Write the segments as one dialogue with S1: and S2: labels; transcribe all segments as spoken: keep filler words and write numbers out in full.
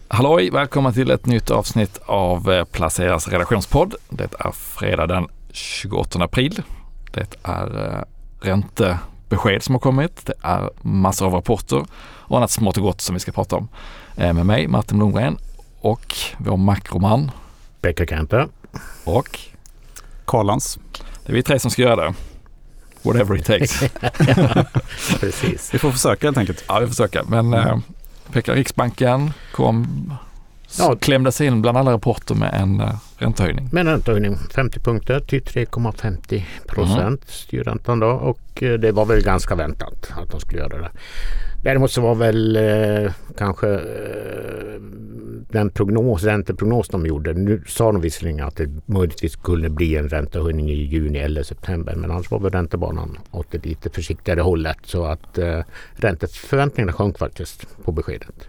S1: Halloj, välkomna till ett nytt avsnitt av Placeras redaktionspodd. Det är fredag den tjugoåttonde april. Det är räntebesked som har kommit. Det är massor av rapporter och annat smått och gott som vi ska prata om. Med mig, Martin Blomgren, och vår makroman
S2: Pekka Kempe
S1: och
S3: Karlans.
S1: Det är vi tre som ska göra det. Whatever it takes.
S2: Ja, precis.
S3: Vi får försöka helt enkelt.
S1: Ja, vi får försöka. Men mm. eh, Pekka, Riksbanken kom,
S2: ja.
S1: klämde sig in bland alla rapporter med en eh, räntehöjning.
S2: Med en räntehöjning, femtio punkter till tre komma femtio procent mm. styrräntan då. Och eh, det var väl ganska väntat att de skulle göra det. Däremot så var väl eh, kanske eh, den prognos, ränteprognos de gjorde. Nu sa de visserligen att det möjligtvis skulle bli en räntehöjning i juni eller september. Men annars var väl räntebanan åt det lite försiktigare hållet. Så att eh, ränteförväntningarna sjönk faktiskt på beskedet.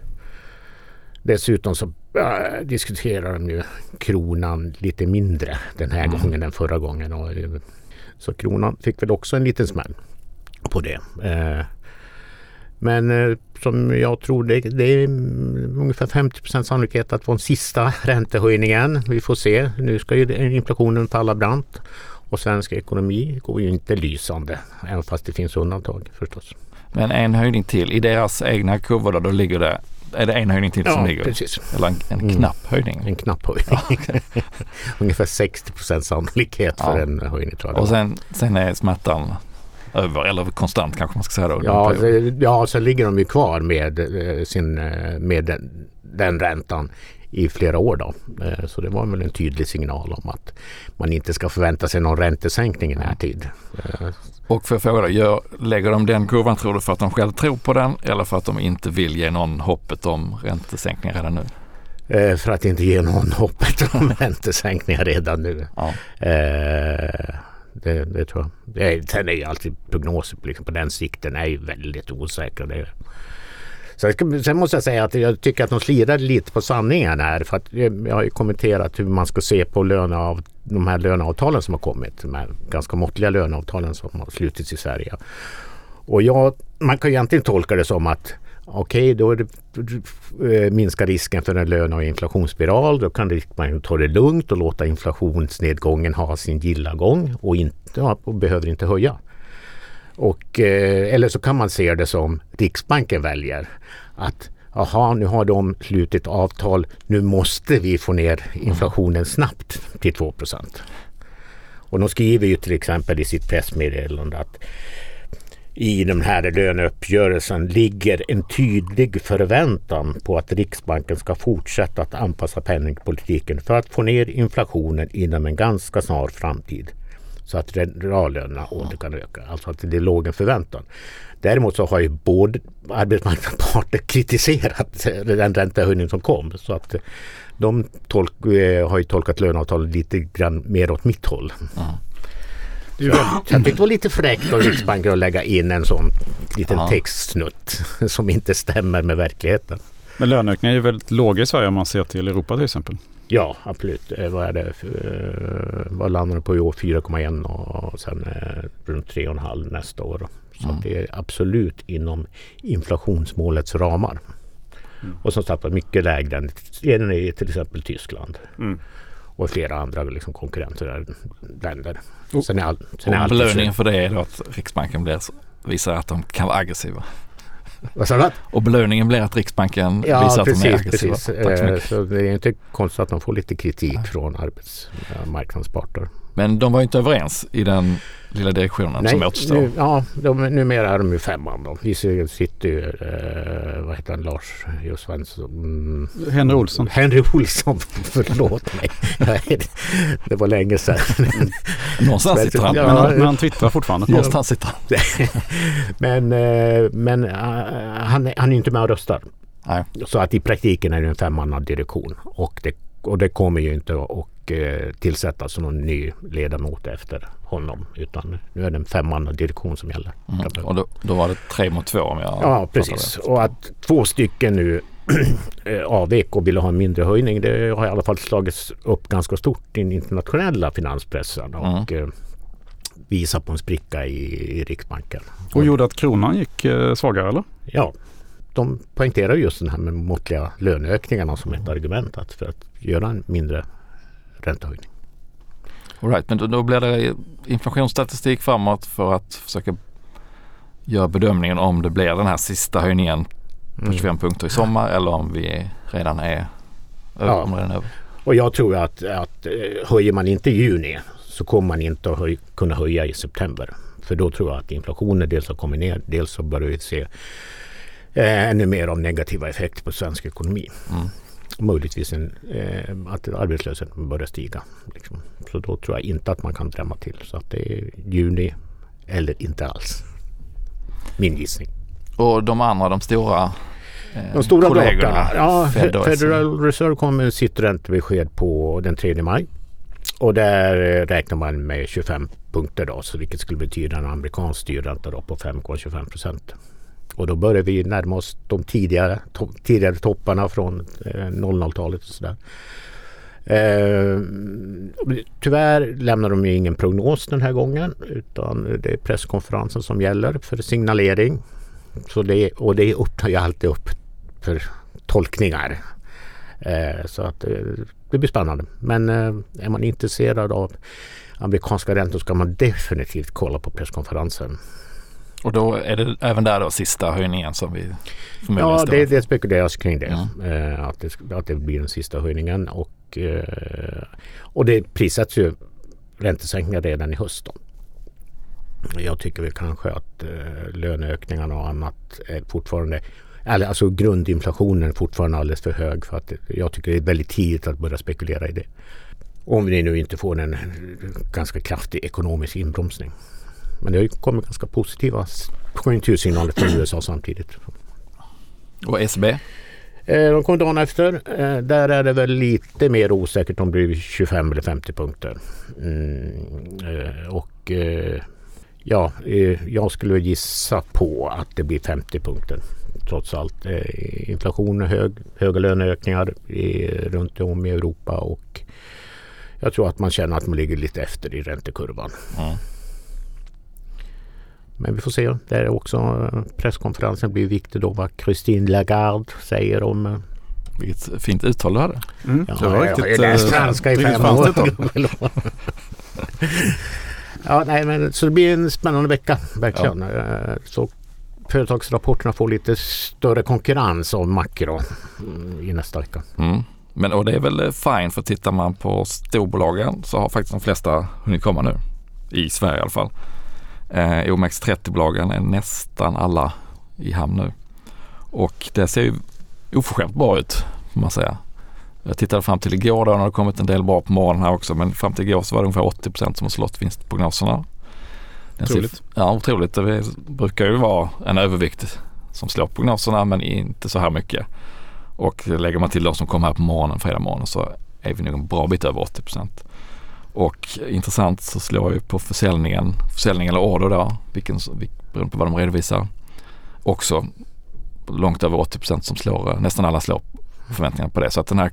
S2: Dessutom så äh, diskuterar de ju kronan lite mindre den här mm. gången än förra gången. Och, så kronan fick väl också en liten smäll på det. Eh, Men eh, som jag tror det, det är ungefär femtio procent sannolikhet att få en sista räntehöjningen. Vi får se. Nu ska ju inflationen falla brant och svensk ekonomi går ju inte lysande, även fast det finns undantag förstås.
S1: Men en höjning till. I deras egna kurvor då, då ligger det, är det en höjning till
S2: ja,
S1: som ligger?
S2: Precis.
S1: Eller en, en
S2: mm.
S1: knapp höjning?
S2: En knapp höjning. Ja, okay. Ungefär sextio procent sannolikhet ja. för en höjning tror jag.
S1: Och sen, sen är smärtan över, eller konstant kanske man ska säga då.
S2: Ja, så, ja, så ligger de ju kvar med, sin, med den, den räntan i flera år då. Så det var väl en tydlig signal om att man inte ska förvänta sig någon räntesänkning i den här tid.
S1: Och för att fråga då, gör, lägger de den kurvan tror du för att de själv tror på den eller för att de inte vill ge någon hoppet om räntesänkningar redan nu?
S2: För att inte ge någon hoppet om räntesänkningar redan nu.
S1: Ja.
S2: Eh, Det, det tror jag. Det, sen är ju alltid prognoser liksom, på den sikten är ju väldigt osäkra. Det. Så jag ska, sen måste jag säga att jag tycker att de slirar lite på sanningen här. För att jag har ju kommenterat hur man ska se på löneav, de här löneavtalen som har kommit. De här ganska måttliga löneavtalen som har slutits i Sverige. Och jag, man kan ju egentligen tolka det som att okej, okay, då är det, äh, minskar risken för en löne- och inflationsspiral. Då kan man ta det lugnt och låta inflationsnedgången ha sin gilla gång och, inte, ja, och behöver inte höja. Och, äh, eller så kan man se det som Riksbanken väljer. Att aha, nu har de slutit avtal, nu måste vi få ner inflationen snabbt till två procent. Och de skriver ju till exempel i sitt pressmeddelande att i den här löneuppgörelsen ligger en tydlig förväntan på att Riksbanken ska fortsätta att anpassa penningpolitiken för att få ner inflationen inom en ganska snar framtid. Så att reallönerna åter kan öka. Alltså att det är låg en förväntan. Däremot så har ju både arbetsmarknadsparter kritiserat den räntehöjning som kom. Så att de tolk, har ju tolkat löneavtalet lite grann mer åt mitt håll. Mm. Så, så det var lite fräckt av Riksbanken att lägga in en sån liten ja. textsnutt som inte stämmer med verkligheten.
S3: Men löneökningar är ju väldigt låga i Sverige om man ser till Europa till exempel.
S2: Ja, absolut. Vad är det? Vad landar det på i år? fyra komma ett och sen runt tre komma fem nästa år. Så mm. det är absolut inom inflationsmålets ramar. Mm. Och som sagt mycket lägre än till exempel Tyskland. Mm. Och flera andra liksom, konkurrenter länder.
S1: Och,
S2: sen är all, sen
S1: och
S2: är
S1: belöningen för det är då att Riksbanken blir, visar att de kan vara aggressiva.
S2: Vad sa du?
S1: Och belöningen blir att Riksbanken
S2: ja,
S1: visar
S2: precis,
S1: att de är aggressiva.
S2: Precis. Tack så mycket. Så det är inte konstigt att de får lite kritik ja. från arbetsmarknadsparter.
S1: Men de var ju inte överens i den lilla direktionen
S2: Nej,
S1: som återstår.
S2: Nu, ja, de, numera är de ju femman då. Vi sitter ju, eh, vad heter han, Lars Svensson? Mm.
S3: Henry Olsson.
S2: Henry Olsson, förlåt mig. Det var länge sedan.
S1: Någonstans sitter han.
S3: Ja, men, men han twittrar fortfarande.
S1: Någonstans sitter han.
S2: men eh, men uh, han, han är inte med och röstar.
S1: Nej.
S2: Så att i praktiken är det en femmanna direktion. Och det, och det kommer ju inte att tillsättas någon ny ledamot efter honom, utan nu är det en femmanna direktion som gäller.
S1: Mm. Och då, då var det tre mot två om jag
S2: Ja, precis. Och att två stycken nu avvek och ville ha en mindre höjning, det har i alla fall slagits upp ganska stort i den internationella finanspressen och mm. visar på en spricka i, i Riksbanken.
S3: Och gjorde att kronan gick eh, svagare, eller?
S2: Ja. de poängterar just den här med måttliga löneökningarna som ett argument att för att göra en mindre räntehöjning.
S1: All right, men då, då blir det inflationsstatistik framåt för att försöka göra bedömningen om det blir den här sista höjningen på mm. tjugofem punkter i sommar eller om vi redan är över.
S2: Ja.
S1: Om redan är över.
S2: Och jag tror att, att höjer man inte i juni så kommer man inte att höj, kunna höja i september. För då tror jag att inflationen dels har kommit ner, dels så börjar vi se eh, ännu mer av negativa effekter på svensk ekonomi. Mm. Möjligtvis en, eh, att arbetslösheten börjar stiga. Liksom. Så då tror jag inte att man kan drämma till. Så att det är juni eller inte alls. Min gissning.
S1: Och de andra, de stora eh,
S2: De stora
S1: kollegorna,
S2: drakarna. Ja,
S1: Fed
S2: Federal Reserve kommer med sitt räntebesked på den tredje maj. Och där räknar man med tjugofem punkter då, så vilket skulle betyda en amerikansk styrränta då på fem komma tjugofem procent. Och då börjar vi närma oss de tidigare, to- tidigare topparna från eh, noll noll-talet och sådär. Eh, tyvärr lämnar de ju ingen prognos den här gången, utan det är presskonferensen som gäller för signalering. Så det, och det öppnar ju alltid upp för tolkningar. Eh, så att eh, det blir spännande. Men eh, är man intresserad av amerikanska räntor ska man definitivt kolla på presskonferensen.
S1: Och då är det även där då sista höjningen som vi förmodligen
S2: Ja,
S1: står
S2: det,
S1: för.
S2: det spekuleras kring det.
S1: Mm.
S2: Eh, att det. Att det blir den sista höjningen. Och, eh, och det prissätts ju räntesänkningar redan i höst då. Jag tycker väl kanske att eh, löneökningarna och annat är fortfarande, eller alltså grundinflationen är fortfarande alldeles för hög för att jag tycker det är väldigt tidigt att börja spekulera i det. Om vi nu inte får en ganska kraftig ekonomisk inbromsning. Men det har ju kommit ganska positiva konjunktursignaler från U S A samtidigt.
S1: Och S B?
S2: Eh, de kommer dagen efter. Eh, där är det väl lite mer osäkert om det blir tjugofem eller femtio punkter. Mm, eh, och eh, ja, eh, jag skulle gissa på att det blir femtio punkter. Trots allt. Eh, inflation är hög, höga löneökningar i, runt om i Europa och jag tror att man känner att man ligger lite efter i räntekurvan. Mm. Men vi får se. Det är också presskonferensen blir viktig då vad Christine Lagarde säger om.
S1: Vilket fint uttal du hade.
S3: Mm.
S2: Ja,
S3: det var
S2: jag
S3: riktigt,
S2: har ju läst franska i fem år. Ja, nej, men så det blir en spännande vecka verkligen. Ja. Så företagsrapporterna får lite större konkurrens av makro i nästa vecka.
S1: Mm. Men och det är väl fine, för tittar man på storbolagen så har faktiskt de flesta hunnit komma nu. I Sverige i alla fall. Eh, O M X trettio-bolagen är nästan alla i hamn nu. Och det ser ju oförskämt bra ut, får man säga. Jag tittade fram till igår då, när det har kommit en del bra på morgonen här också, men fram till igår så var det ungefär åttio procent som har slått vinstprognoserna.
S3: Otroligt.
S1: Ja, otroligt. Det brukar ju vara en övervikt som slår prognoserna, men inte så här mycket. Och lägger man till de som kommer här på morgonen, fredag morgon, så är vi nog en bra bit över åttio procent. Och intressant så slår ju på försäljningen, försäljning eller order då, vilken, beroende på vad de redovisar, också långt över åttio procent som slår, nästan alla slår förväntningar på det. Så att den här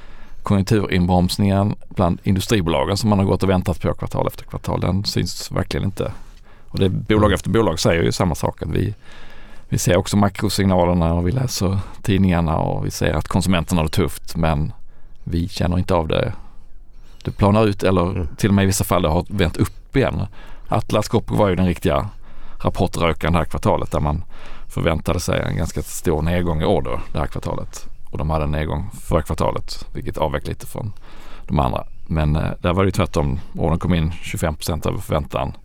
S1: konjunkturinbromsningen bland industribolagen som man har gått och väntat på kvartal efter kvartal, den syns verkligen inte. Och det bolag efter bolag säger ju samma sak, att vi, vi ser också makrosignalerna och vi läser tidningarna och vi ser att konsumenterna har det tufft, men vi känner inte av det. Det planar ut, eller mm. till och med i vissa fall det har vänt upp igen. Atlas Copco var ju den riktiga rapportrökaren det här kvartalet, där man förväntade sig en ganska stor nedgång i order det här kvartalet. Och de hade en nedgång förra kvartalet, vilket avvek lite från de andra. Men eh, där var det ju tvärtom. Ordern kom in tjugofem procent över förväntan.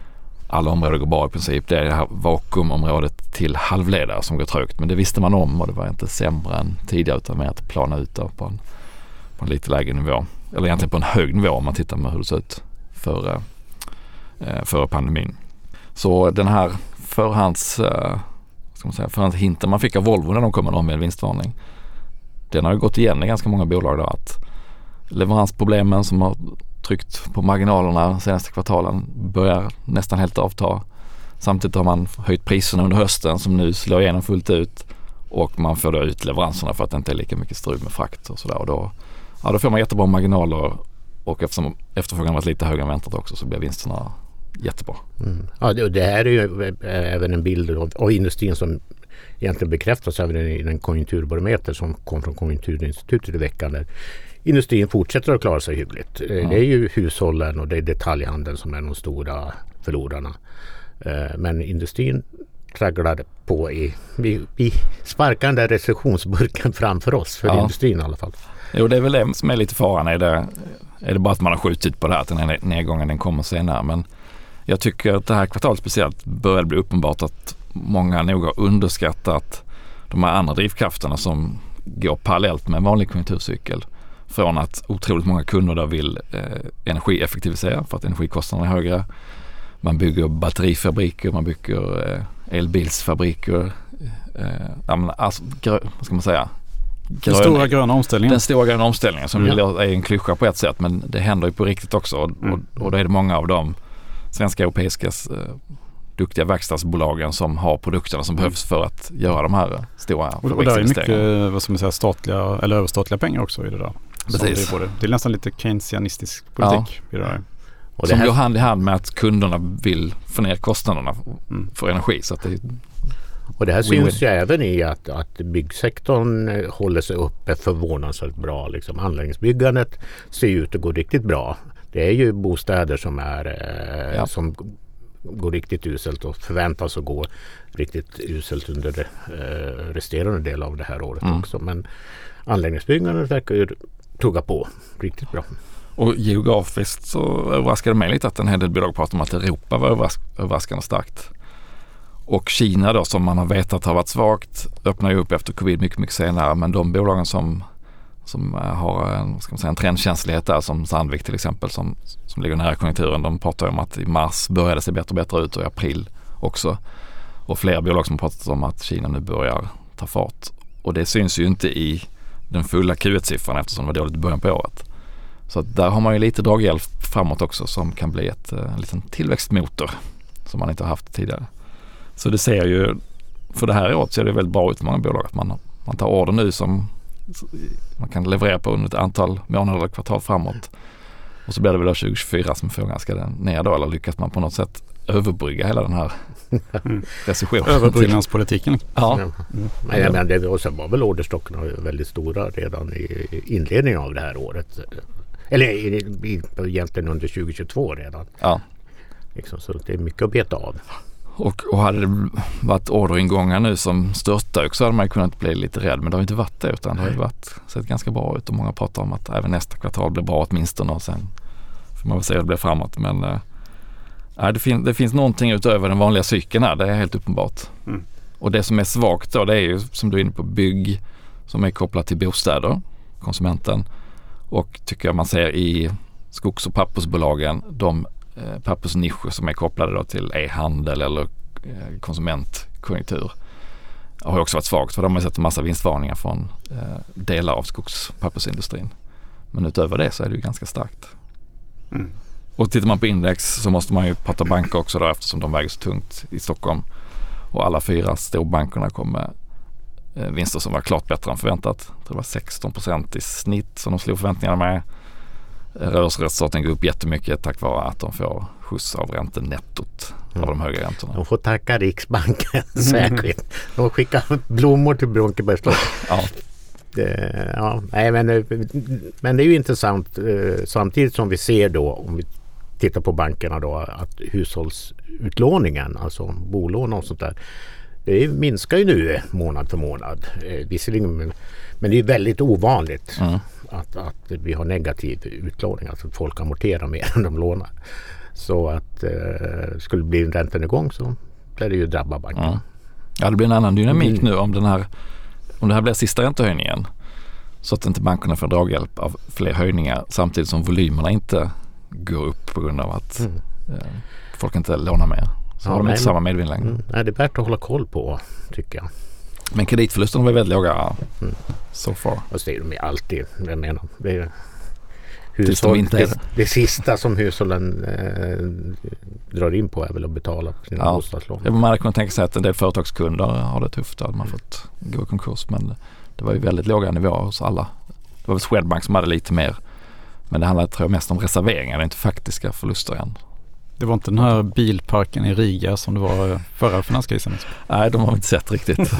S1: Alla områden går bra i princip. Det är det här vakuumområdet till halvledare som går trögt. Men det visste man om och det var inte sämre än tidigare, utan med att plana ut på en, på en lite lägre nivå. Eller egentligen på en hög nivå om man tittar på hur det ser ut före, eh, före pandemin. Så den här förhands, eh, ska man säga, förhandshinten man fick av Volvo när de kom med en vinstvarning, den har ju gått igen i ganska många bolag då, att leveransproblemen som har tryckt på marginalerna de senaste kvartalen börjar nästan helt avta. Samtidigt har man höjt priserna under hösten som nu slår igenom fullt ut, och man får då ut leveranserna för att det inte är lika mycket strul med frakt och sådär. Och då, ja, då får man jättebra marginaler, och eftersom efterfrågan varit lite högre än väntat också så blir vinsterna jättebra.
S2: Mm. Ja, det, det här är ju även en bild av, av industrin som egentligen bekräftas även i den konjunkturbarometer som kom från Konjunkturinstitutet i veckan, där industrin fortsätter att klara sig hyggligt. Mm. Det är ju hushållen och det är detaljhandeln som är de stora förlorarna. Men industrin tragglar på i, vi, vi sparkar den där recessionsburken framför oss för ja. industrin i alla fall.
S1: Jo, det är väl det som är lite faran. Är det, är det bara att man har skjutit på det här, att den här nedgången den kommer senare. Men jag tycker att det här kvartalet speciellt börjar bli uppenbart att många nog har underskattat de här andra drivkrafterna som går parallellt med en vanlig konjunkturcykel. Från att otroligt många kunder där vill eh, energieffektivisera för att energikostnaderna är högre. Man bygger batterifabriker, man bygger eh, elbilsfabriker. Eh, ja, men, alltså, grö, vad ska man säga?
S3: Den stora gröna omställningen.
S1: Den stora gröna omställningen som
S2: mm.
S1: är en klyscha på ett sätt, men det händer ju på riktigt också. Och,
S2: mm.
S1: och, och då är det många av de svenska europeiska eh, duktiga verkstadsbolagen som har produkterna som mm. behövs för att göra de här stora
S3: och, och det är mycket vad ska man säga, statliga eller överstatliga pengar också i det där.
S1: Precis.
S3: Det, är både, det är nästan lite keynesianistisk politik
S1: ja.
S3: i det där.
S1: Och det som här... går hand i hand med att kunderna vill få ner kostnaderna
S3: mm.
S1: för energi. Så att det...
S2: Och det här syns ju även i att, att byggsektorn håller sig uppe förvånansvärt bra. Liksom. Anläggningsbyggandet ser ut att gå riktigt bra. Det är ju bostäder som, är, eh, ja. som går riktigt uselt och förväntas att gå riktigt uselt under det eh, resterande del av det här året mm. också. Men anläggningsbyggandet verkar ju tugga på riktigt bra.
S1: Och geografiskt så överraskade det mig lite att en hel del bolag pratar om att Europa var överras- överraskande starkt. Och Kina då, som man har vetat har varit svagt, öppnar ju upp efter covid mycket, mycket senare. Men de bolagen som, som har en, ska man säga, en trendkänslighet där, som Sandvik till exempel, som, som ligger nära konjunkturen, de pratar om att i mars började se bättre och bättre ut och i april också. Och flera bolag som har pratat om att Kina nu börjar ta fart. Och det syns ju inte i den fulla Q ett-siffran eftersom det var dåligt i början på året. Så att där har man ju lite draghjälp framåt också som kan bli ett, en liten tillväxtmotor som man inte har haft tidigare. Så det ser ju, för det här året ser det väldigt bra ut för många bolag att man, man tar order nu som man kan leverera på under ett antal månader eller kvartal framåt. Och så blir det väl då tjugo tjugofyra som får ganska ner då, eller lyckas man på något sätt överbrygga hela den här mm. recessionen.
S3: Överbyggnadspolitiken.
S1: Ja.
S2: Mm. Nej, ja, men det och sen var väl orderstockarna väldigt stora redan i inledningen av det här året. Eller egentligen under tjugo tjugotvå redan.
S1: Ja.
S2: Liksom, så det är mycket att beta av.
S1: Och, och hade det varit orderingångar nu som störtdök så hade man kunnat bli lite rädd, men det har inte varit det, utan det har ju varit, sett ganska bra ut och många pratar om att även nästa kvartal blir bra åtminstone och sen får man väl se hur det blir framåt. Men äh, det, fin- det finns någonting utöver den vanliga cykeln här, det är helt uppenbart. Mm. Och det som är svagt då, det är ju som du är inne på bygg som är kopplat till bostäder, konsumenten, och tycker jag man ser i skogs- och pappersbolagen, de pappersnischer som är kopplade då till e-handel eller eh, konsumentkonjunktur har också varit svagt, för de har sett en massa vinstvarningar från eh, delar av skogspappersindustrin. Men utöver det så är det ju ganska starkt. Mm. Och tittar man på index så måste man ju prata banker också då, eftersom de väger så tungt i Stockholm. Och alla fyra storbankerna kom med eh, vinster som var klart bättre än förväntat. Det var sexton procent i snitt som de slog förväntningarna med. Rörelseresultaten går upp jättemycket tack vare att de får skjuts av räntenettot mm. av de höga räntorna.
S2: De får tacka Riksbanken särskilt. De skickar blommor till Brunkebergslott.
S1: Ja.
S2: Det, ja, nej, men, men det är ju intressant samtidigt som vi ser då, om vi tittar på bankerna då, att hushållsutlåningen, alltså bolån och sånt där, det minskar ju nu månad för månad. Visserligen, men det är väldigt ovanligt. Mm. Att, att vi har negativ utlåning, alltså att folk amorterar mer än de lånar. Så att eh, skulle det bli en räntenedgång så blir det ju drabba banken.
S1: Ja. ja, det blir en annan dynamik mm. nu om den här, om det här blir sista räntehöjningen, så att inte bankerna får draghjälp av fler höjningar samtidigt som volymerna inte går upp på grund av att mm. eh, folk inte lånar mer. Så ja, har de inte samma medvind längre. Mm.
S2: Nej, det är värt att hålla koll på, tycker jag.
S1: Men kreditförlusten var väldigt låga mm. so far.
S2: Och det är de alltid, jag menar. Det är
S1: hushåll,
S2: de inte är det. Det sista som hushållen eh, drar in på är väl att betala sina ja. bostadslån.
S1: Ja, man hade kunnat tänka sig att en del företagskunder har det tufft, att man mm. fått gå i konkurs. Men det var ju väldigt låga nivåer hos alla. Det var väl Swedbank som hade lite mer. Men det handlar, tror jag, mest om reserveringar, det är inte faktiska förluster än.
S3: Det var inte den här bilparken i Riga som det var förra finanskrisen.
S1: Nej, de har vi inte sett riktigt.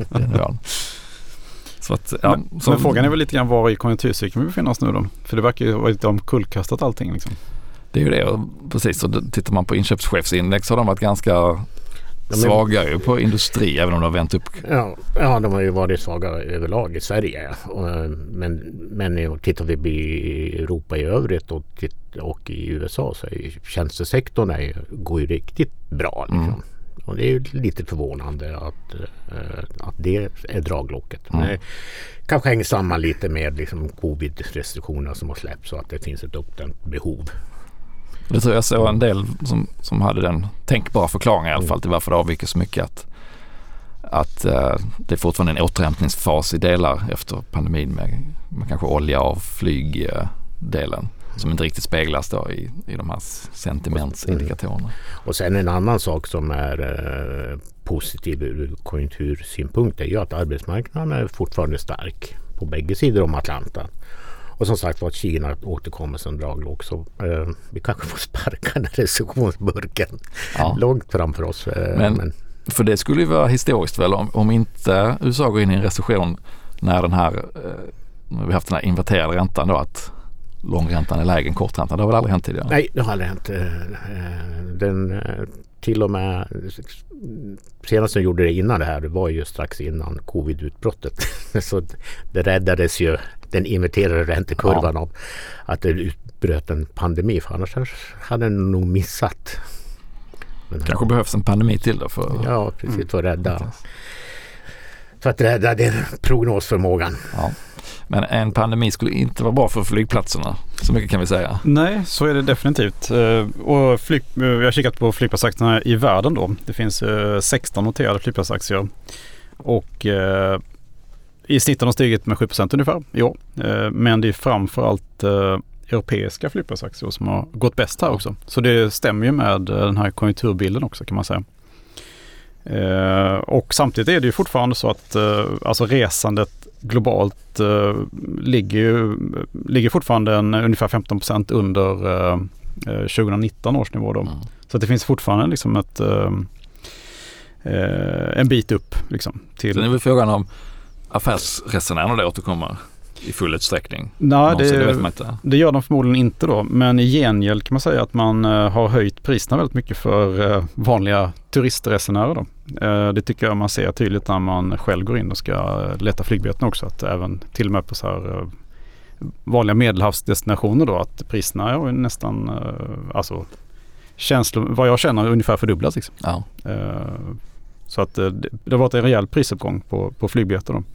S1: Så att, ja,
S3: men,
S1: som,
S3: men frågan är väl lite grann var i konjunkturcykeln vi befinner oss nu då? För det verkar ju vara lite omkullkastat allting liksom.
S1: Det är ju det, och precis. Så tittar man på inköpschefsindex så har de varit ganska svaga ju på industri, även om de har vänt upp.
S2: Ja, ja, de har ju varit svaga överlag i Sverige. Och, men, men tittar vi i Europa i övrigt och, och i U S A så är tjänstesektorn är, går ju riktigt bra. Liksom. Mm. Och det är ju lite förvånande att, att det är draglocket. Mm. Men det kanske hänger samman lite med liksom covid-restriktionerna som har släppts så att det finns ett uppdämt behov.
S1: Det tror jag så en del som, som hade den tänkbara förklaringen i alla fall till varför det avviker så mycket, att, att uh, det är fortfarande en återhämtningsfas i delar efter pandemin med, med kanske olja och flygdelen uh, som inte riktigt speglas då i, i de här sentimentsindikatorerna.
S2: Och sen en annan sak som är uh, positiv ur konjunktursynpunkt är ju att arbetsmarknaden är fortfarande stark på bägge sidor om Atlanten. Och som sagt var att Kina återkommer som draglok så eh, vi kanske får sparka den recessionsburken ja. långt framför oss. Eh,
S1: men,
S2: men
S1: för det skulle ju vara historiskt väl om, om inte U S A går in i en recession när den här, eh, när vi haft den här inverterade räntan då, att långräntan är lägre än korträntan. Det har väl aldrig hänt tidigare?
S2: Nej, det har aldrig hänt. Den till och med senast som gjorde det innan det här, det var ju strax innan covid-utbrottet. Så det räddades ju den inverterade räntekurvan ja. av att det utbröt en pandemi, för annars hade den nog missat.
S1: Men kanske här, behövs en pandemi till då för
S2: ja, precis, mm. för att rädda för att rädda den prognosförmågan.
S1: Ja. Men en pandemi skulle inte vara bra för flygplatserna. Så mycket kan vi säga.
S3: Nej, så är det definitivt. Och flyg, jag har kikat på flygplatsaktierna i världen då. Det finns sexton noterade flygplatsaktier. Och eh, i snitt har de stigit med sju procent ungefär i år. Eh, men det är framförallt eh, europeiska flygplatsaktier som har gått bäst här också. Så det stämmer ju med den här konjunkturbilden också kan man säga. Eh, och samtidigt är det ju fortfarande så att eh, alltså resandet globalt eh, ligger, ju, ligger fortfarande en, ungefär femton procent under eh, tjugonitton års nivå då. Mm. Så att det finns fortfarande liksom ett, eh, en bit upp. Liksom, till.
S1: Sen är väl frågan om affärsresenärerna då återkommer i full utsträckning?
S3: Nej, det, det, vet man inte. Det gör de förmodligen inte då. Men i gengäld kan man säga att man uh, har höjt priserna väldigt mycket för uh, vanliga turistresenärer då. Uh, det tycker jag man ser tydligt när man själv går in och ska uh, leta flygbiljetten också. Att även till och med på så här uh, vanliga medelhavsdestinationer då, att priserna är nästan uh, alltså känslor, vad jag känner ungefär fördubblats liksom.
S1: Ja.
S3: Uh, så att uh, det, det har varit en rejäl prisuppgång på, på flygbiljetter då.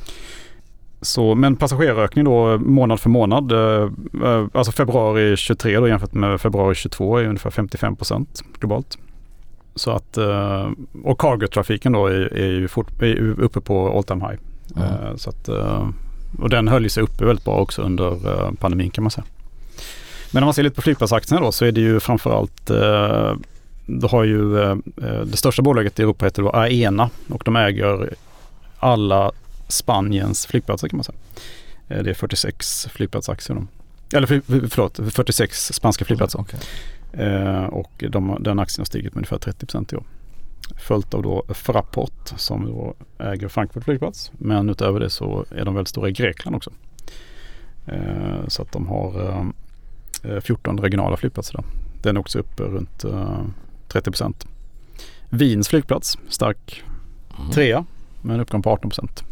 S3: Så, men passagerarökning då månad för månad, eh, alltså februari tjugotre då jämfört med februari tjugotvå är ungefär femtiofem procent globalt. Så att, eh, och cargo-trafiken då är, är ju fort, är uppe på all time high. Mm. Eh, så att, eh, och den höll sig uppe väldigt bra också under eh, pandemin kan man säga. Men när man ser lite på flygplatsaktierna då så är det ju framförallt, eh, då har ju eh, det största bolaget i Europa heter då Aena och de äger alla Spaniens flygplatser kan man säga. Det är fyrtiosex flygplatsaktier. Då. Eller förlåt, fyrtiosex spanska flygplatser.
S1: Okay.
S3: Eh, och de, den aktien har stigit med ungefär trettio procent i år. Följt av då Fraport som då äger Frankfurt flygplats. Men utöver det så är de väldigt stora i Grekland också. Eh, så att de har eh, fjorton regionala flygplatser där. Den är också uppe runt eh, trettio procent. Wiens flygplats, stark mm. trea med en uppgång på arton procent.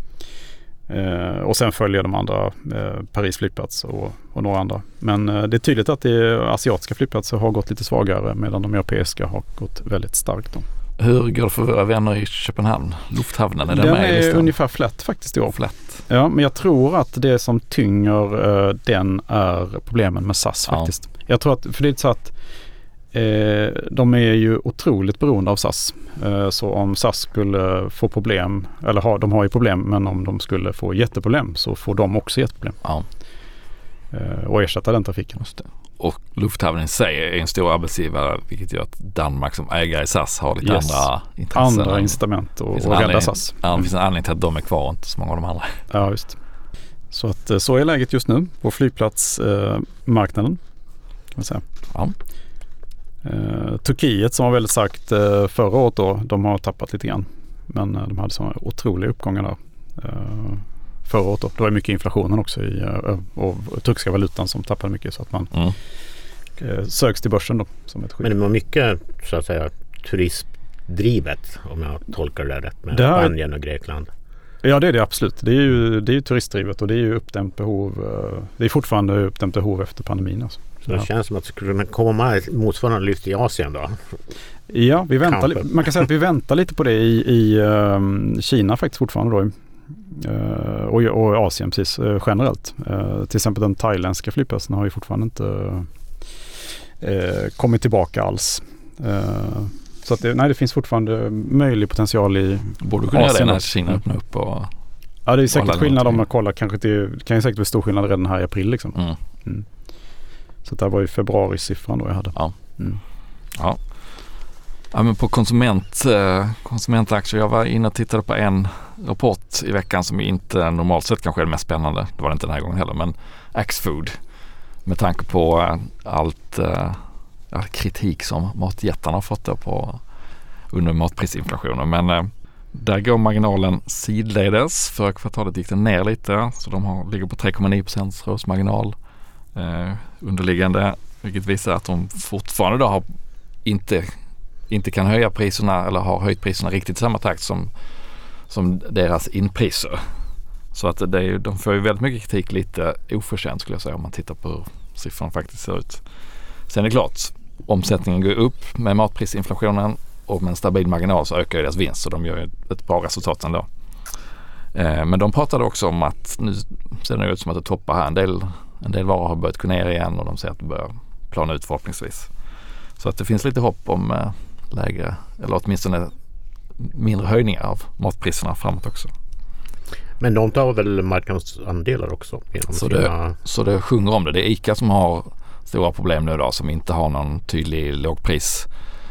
S3: Eh, och sen följer de andra eh, Paris flygplats och, och några andra. Men eh, det är tydligt att de asiatiska flygplatser har gått lite svagare medan de europeiska har gått väldigt starkt. Då.
S1: Hur går det för våra vänner i Köpenhamn? Lufthavnen, är den,
S3: den
S1: med
S3: är ungefär flätt faktiskt i år.
S1: Flätt.
S3: Ja, men jag tror att det som tynger eh, den är problemen med S A S faktiskt. Ja. Jag tror att, för det är så att Eh, de är ju otroligt beroende av S A S. Eh, så om S A S skulle få problem, eller ha, de har ju problem, men om de skulle få jätteproblem så får de också jätteproblem.
S1: Ja.
S3: Eh, och ersätta den trafiken.
S1: Just det. Och lufthavnen i sig är en stor arbetsgivare, vilket gör att Danmark som ägare i S A S har lite
S3: yes.
S1: andra intressen.
S3: Andra incitament och, och rädda S A S.
S1: Ja, det finns en anledning till att de är kvar och inte så många av de andra.
S3: Ja, just. Så att så är läget just nu på flygplatsmarknaden. Eh, kan man säga.
S1: Ja.
S3: Eh, Turkiet som var väldigt starkt eh, förra året då, de har tappat lite grann. Men eh, de hade sådana otroliga uppgångar där eh, förra året då. Det var mycket inflationen också i eh, och, och turkiska valutan som tappade mycket så att man mm. eh, söks till börsen då som ett skydd.
S2: Men det var mycket så att säga turistdrivet om jag tolkar det rätt med
S3: här,
S2: Spanien och Grekland.
S3: Ja, det är det absolut. Det är ju, det är ju turistdrivet och det är ju uppdämt behov. Det är fortfarande uppdämt behov efter pandemin. Alltså.
S2: Så det ja. känns som att det skulle komma motsvarande lyft i Asien då?
S3: Ja, vi väntar, li- man kan säga att vi väntar lite på det i, i um, Kina faktiskt fortfarande då. Uh, och, och Asien precis uh, generellt. Uh, till exempel den thailändska flygplatsen har ju fortfarande inte uh, kommit tillbaka alls. Uh, Så att det, nej, det finns fortfarande möjlig potential i
S1: borde kunna göra det när Kina mm. öppnar upp och
S3: ja, det är säkert skillnad om man kollar kanske det kan ju säkert bli stor skillnad redan här i april liksom. Mm. Mm. Så det var ju februari-siffran då jag hade.
S1: Ja. Mm. Ja. Ja, men på konsument eh, konsumentaktier, jag var inne och tittade på en rapport i veckan som inte normalt sett kanske är det mest spännande. Det var det inte den här gången heller, men Axfood med tanke på eh, allt eh, kritik som matjättarna har fått då på under matprisinflationen. Men eh, där går marginalen sidledes. För kvartalet gick den ner lite. Så de har, ligger på tre komma nio procent rörelsemarginal eh, underliggande. Vilket visar att de fortfarande då har inte, inte kan höja priserna eller har höjt priserna riktigt i samma takt som, som deras inpriser. Så att det är, de får ju väldigt mycket kritik lite oförtjänt skulle jag säga om man tittar på hur siffran faktiskt ser ut. Sen är det klart, omsättningen går upp med matprisinflationen och med en stabil marginal så ökar ju deras vinst så de gör ett bra resultat ändå. Eh, men de pratade också om att nu ser det ut som att det toppar här. En del, en del varor har börjat gå ner igen och de säger att det börjar plana ut förhoppningsvis. Så att det finns lite hopp om eh, lägre eller åtminstone mindre höjningar av matpriserna framåt också.
S2: Men de tar väl marknadsandelar också? Genom
S1: så,
S2: sina...
S1: det, så det sjunger om det. Det är ICA som har stora problem nu då som inte har någon tydlig lågpris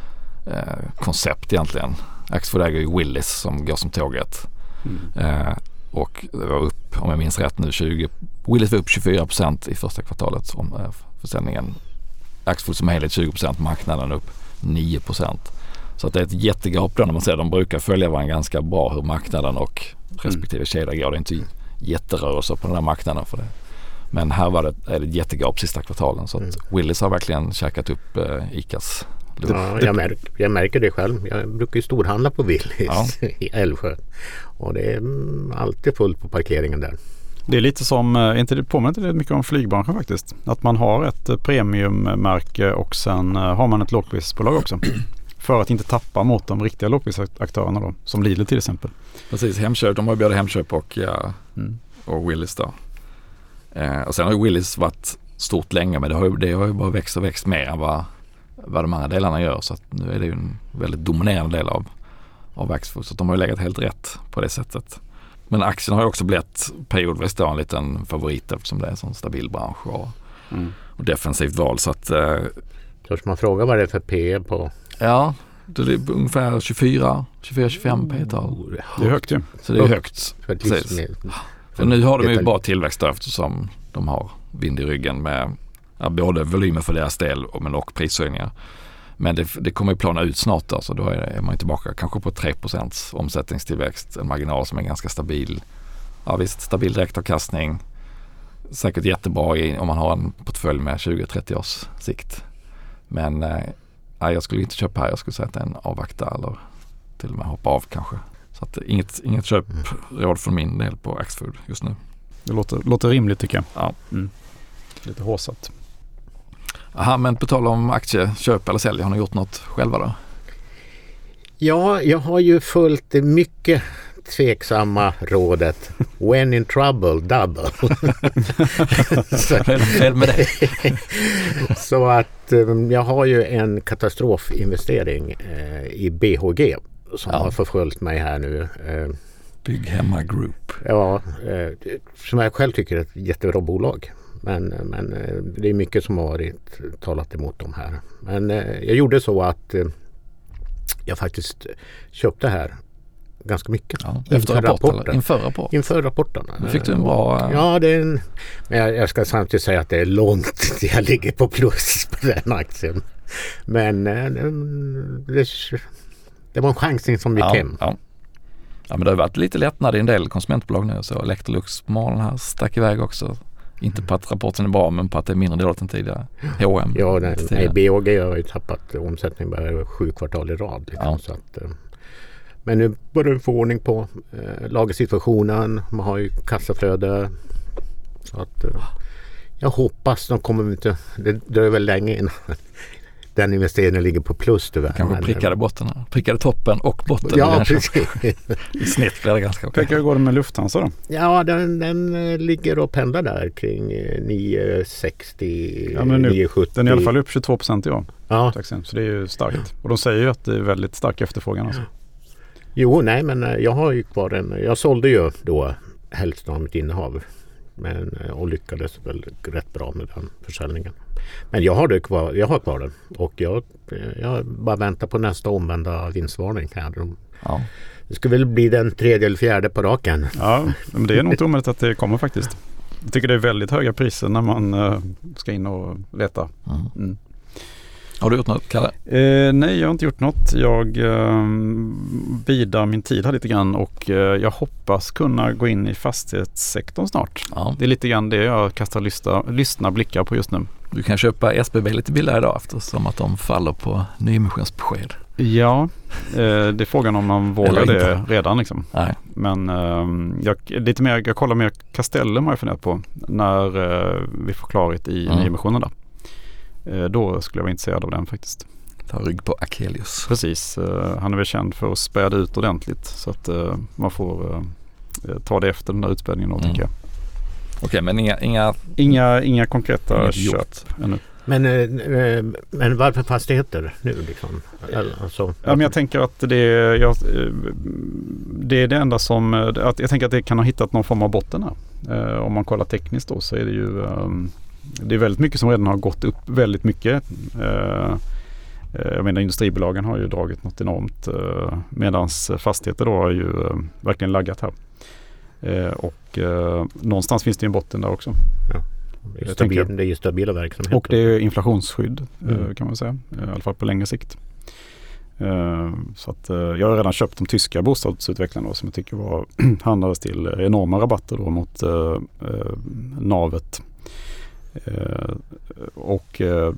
S1: eh, koncept egentligen. Axfood äger ju Willys som går som tåget. Mm. Eh, och det var upp, om jag minns rätt nu, tjugo Willys var upp tjugofyra procent i första kvartalet om eh, försäljningen. Axfood som helhet tjugo procent, marknaden upp nio procent. Så att det är ett jättegap då när man ser de brukar följa varandra ganska bra hur marknaden och respektive mm. kedja går. Det är inte jätterörelser på den här marknaden för det. Men här var det, är det ett jättegap sista kvartalen så att mm. Willys har verkligen käkat upp eh, ICAs.
S2: Ja, jag, märk, jag märker det själv. Jag brukar ju storhandla på Willys ja. i Älvsjö och det är mm, alltid fullt på parkeringen där.
S3: Det är lite som, inte det påminner inte det mycket om flygbranschen faktiskt. Att man har ett premiummärke och sen har man ett lågprisbolag också. För att inte tappa mot de riktiga lågprisaktörerna då, som Lidl till exempel.
S1: Precis, Hemköp, de har ju både Hemköp och, ja, mm. och Willys då. Eh, och sen har ju Willys varit stort länge men det har ju, det har ju bara växt och växt mer än vad, vad de andra delarna gör så att nu är det ju en väldigt dominerande del av, av Axfood så att de har ju legat helt rätt på det sättet. Men aktien har ju också blivit periodvis då en liten favorit eftersom det är en sån stabil bransch och, mm. och defensivt val så att eh,
S2: törs man fråga vad det är för P E på?
S1: Ja, det är ungefär tjugofyra till tjugofem P-tal.
S3: Det är högt ju.
S1: Så det är högt.
S2: För,
S1: för nu har de ju bra tillväxt där eftersom de har vind i ryggen med ja, både volymer för deras del och, men och prishöjningar. Men det, det kommer ju plana ut snart då, så då är, är man ju tillbaka kanske på tre procent omsättningstillväxt. En marginal som är ganska stabil. Ja visst, stabil direktavkastning. Säkert jättebra i, om man har en portfölj med tjugo till trettio års sikt. Men eh, nej, jag skulle inte köpa här. Jag skulle säga att det är en avvakta eller till och med hoppa av kanske. Så att inget, inget köpråd från min del på Axfood just nu.
S3: Det låter, låter rimligt tycker jag.
S1: Ja.
S3: Mm. Lite håsat.
S1: Aha, men på tal om aktieköp eller sälj, har ni gjort något själva då?
S2: Ja, jag har ju följt det mycket tveksamma rådet when in trouble, double. så,
S1: fel med det.
S2: så att jag har ju en katastrofinvestering eh, i B H G som ja. har förföljt mig här nu. Eh,
S1: Bygghemma Group.
S2: Ja, eh, som jag själv tycker är ett jättebra bolag. Men, men eh, det är mycket som har varit talat emot dem här. Men eh, jag gjorde så att eh, jag faktiskt köpte här ganska mycket.
S1: Ja, efter rapport, rapporten. Inför rapport?
S2: Inför rapporten.
S1: Då fick du en bra...
S2: Ja, det är en, men jag, jag ska samtidigt säga att det är långt till jag ligger på plus på den aktien. Men det, det var en chansning som gick
S1: ja,
S2: hem.
S1: Ja. ja, men det har varit lite lättnad i en del konsumentbolag nu. Så Electrolux på morgonen här stack iväg också. Inte på att rapporten är bra, men på att det är mindre dåligt än tidigare. H och M.
S2: Ja, nej, nej, B H G har ju tappat omsättning bara sju kvartal i rad. Liksom,
S1: ja.
S2: så att, men nu börjar vi få ordning på eh, lagersituationen. Man har ju kassaflöde. Så att, eh, jag hoppas de kommer inte... Det dröjer väl länge innan den investeringen ligger på plus tyvärr.
S1: Kanske
S2: men,
S1: prickade botten här. Prickade toppen och botten.
S2: Ja, precis.
S1: I snitt blir det ganska okej.
S3: Okay. Hur går det med Lufthansa då?
S2: Ja, den, den ligger och pendlar där kring nio sextio,
S3: ja, men nu,
S2: nio sjuttio.
S3: Den är i alla fall upp tjugotvå procent i år.
S2: Ja.
S3: Så det är ju starkt. Och de säger ju att det är väldigt stark efterfrågan. Alltså.
S2: Jo, nej, men jag har ju kvar den. Jag sålde ju då hälften av mitt innehav. Men, och lyckades väl rätt bra med den försäljningen. Men jag har, det kvar, jag har kvar den. Och jag, jag bara väntar på nästa omvända vinstvarning.
S3: Ja.
S2: Det skulle väl bli den tredje eller fjärde på raken.
S3: Ja, men det är nog inte omöjligt att det kommer faktiskt. Jag tycker det är väldigt höga priser när man uh, ska in och leta.
S1: Mm.
S3: Mm.
S1: Har du gjort något, Kalle?
S3: Eh, nej, jag har inte gjort något. Jag eh, bidar min tid här lite grann och eh, jag hoppas kunna gå in i fastighetssektorn snart.
S1: Ja.
S3: Det är lite grann det jag kastar lyssna, lyssna blickar på just nu.
S1: Du kan köpa S B B lite billigare idag eftersom att de faller på nyemissionsbesked.
S3: Ja, eh, det är frågan om man vågar det redan liksom.
S1: Nej.
S3: Men eh, jag, lite mer, jag kollar mer Castellum har jag funderat på när eh, vi får klarhet i mm. nyemissionen där. Då skulle jag vara intresserad av den faktiskt.
S1: Ta rygg på Akelius.
S3: Precis, han är väl känd för att späda ut ordentligt så att man får ta det efter den där utspädningen då, mm. tycker jag.
S1: Okej, okay, men inga inga,
S3: inga, inga konkreta inga köp ännu.
S2: Men, eh, men varför fastigheter nu liksom? Alltså,
S3: ja, men jag tänker att det är, jag, det är det enda som, att jag tänker att det kan ha hittat någon form av botten här. Om man kollar tekniskt då så är det ju det är väldigt mycket som redan har gått upp väldigt mycket. Eh, jag menar industribolagen har ju dragit något enormt eh, medan fastigheter då har ju eh, verkligen laggat här. Eh, och eh, någonstans finns det en botten där också.
S2: Ja. Det, är stabil, det är ju stabila verksamheter.
S3: Och det är inflationsskydd
S2: mm.
S3: eh, kan man säga. I alla fall på längre sikt. Eh, så att, eh, jag har redan köpt de tyska bostadsutvecklarna då, som jag tycker var handlades till enorma rabatter då mot eh, eh, navet. Eh, och eh,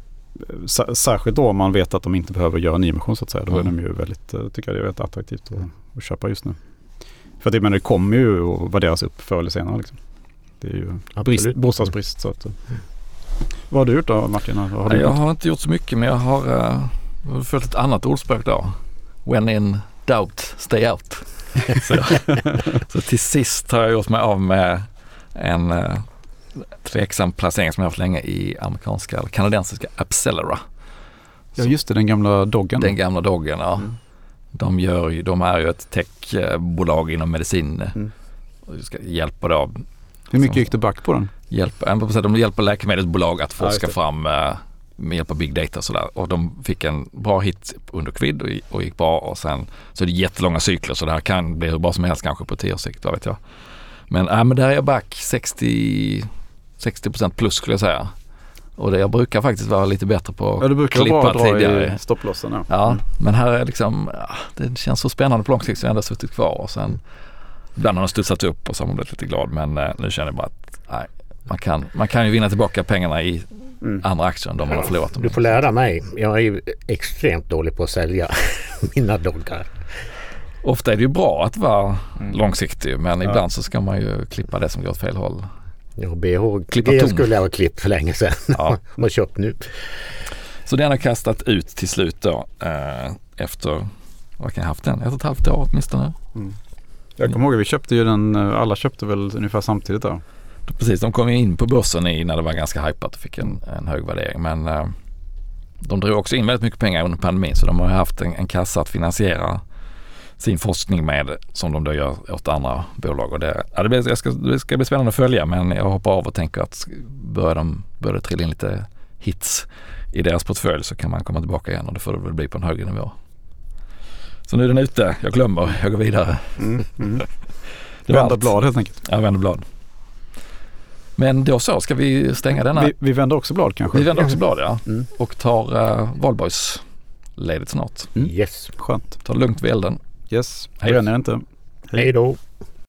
S3: särskilt då om man vet att de inte behöver göra nyemission så att säga. Då mm. är de ju väldigt, tycker jag det är väldigt attraktivt att, att köpa just nu. För att det, men det kommer ju att värderas upp förr eller senare liksom. Det är ju brist, bostadsbrist. Så att, mm. Vad har du gjort då, Martin? Har du
S1: jag
S3: gjort?
S1: har inte gjort så mycket, men jag har, uh, jag har följt ett annat ordspråk då. When in doubt, stay out. så, så till sist har jag gjort mig av med en uh, tveksam placering som jag har haft länge i amerikanska eller kanadensiska Appcelera.
S3: Ja, just det, den gamla doggen.
S1: Den gamla doggen, ja. Mm. De, gör ju, de är ju ett techbolag inom medicin. Mm. Och ska hjälpa då.
S3: Hur mycket gick du back på den?
S1: Hjälpa, de hjälper läkemedelsbolag att forska ja, fram med hjälp av big data och sådär. Och de fick en bra hit under covid och, och gick bra. Och sen så är det jättelånga cykler så det här kan bli hur bra som helst kanske på tio års sikt, vad vet jag. Men, äh, men där är jag back sextio procent plus skulle jag säga. Och det, jag brukar faktiskt vara lite bättre på
S3: ja, du brukar
S1: klippa
S3: bara dra
S1: tidigare.
S3: I stopplossen. Ja.
S1: ja,
S3: mm.
S1: men här är liksom, ja, det känns så spännande på lång sikt så jag ändå suttit kvar och sen ibland har de studsat upp och så har man blivit lite glad. Men eh, nu känner jag bara att nej, man, kan, man kan ju vinna tillbaka pengarna i mm. andra aktier än de man har förlorat.
S2: Du får lära mig. Jag är ju extremt dålig på att sälja mina doggar.
S1: Ofta är det ju bra att vara mm. långsiktig men ja. Ibland så ska man ju klippa det som går åt fel håll.
S2: Ja, B H G skulle jag ha klippt för länge sedan ja. och köpt nu.
S1: Så den har kastat ut till slut då eh, efter, vad kan jag haft den? Ett och ett halvt år åtminstone. Mm.
S3: Jag kommer ihåg att vi köpte ju den, alla köpte väl ungefär samtidigt då.
S1: Precis, de kom ju in på börsen i när det var ganska hypat och fick en, en hög värdering. Men eh, de drog också in väldigt mycket pengar under pandemin så de har haft en, en kassa att finansiera sin forskning med som de då gör åt andra bolag. Och det, ja, det, blir, jag ska, det ska bli spännande att följa men jag hoppar av och tänker att börjar de börjar trilla in lite hits i deras portfölj så kan man komma tillbaka igen och det får det väl bli på en högre nivå. Så nu är den ute, jag glömmer, jag går vidare.
S3: Mm, mm. Vända blad helt enkelt.
S1: Ja, vända blad. Men då så, ska vi stänga denna?
S3: Vi, vi vänder också blad kanske?
S1: Vi vänder också blad, ja.
S2: Mm.
S1: Och tar uh, valborgsledigt snart.
S2: Mm. Yes.
S3: Skönt.
S1: Ta det lugnt vid elden.
S3: Yes,
S1: Hej.
S3: bränner inte.
S2: Hej då.